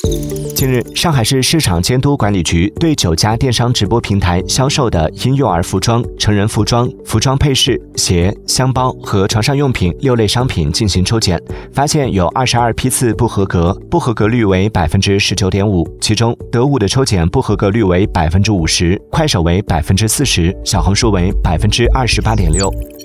近日，上海市市场监督管理局对9家电商直播平台销售的婴幼儿服装、成人服装、服装配饰、鞋、箱包和床上用品6类商品进行抽检，发现有22批次不合格，不合格率为19.5%，其中得物的抽检不合格率为50%，快手为40%，小红书为28.6%。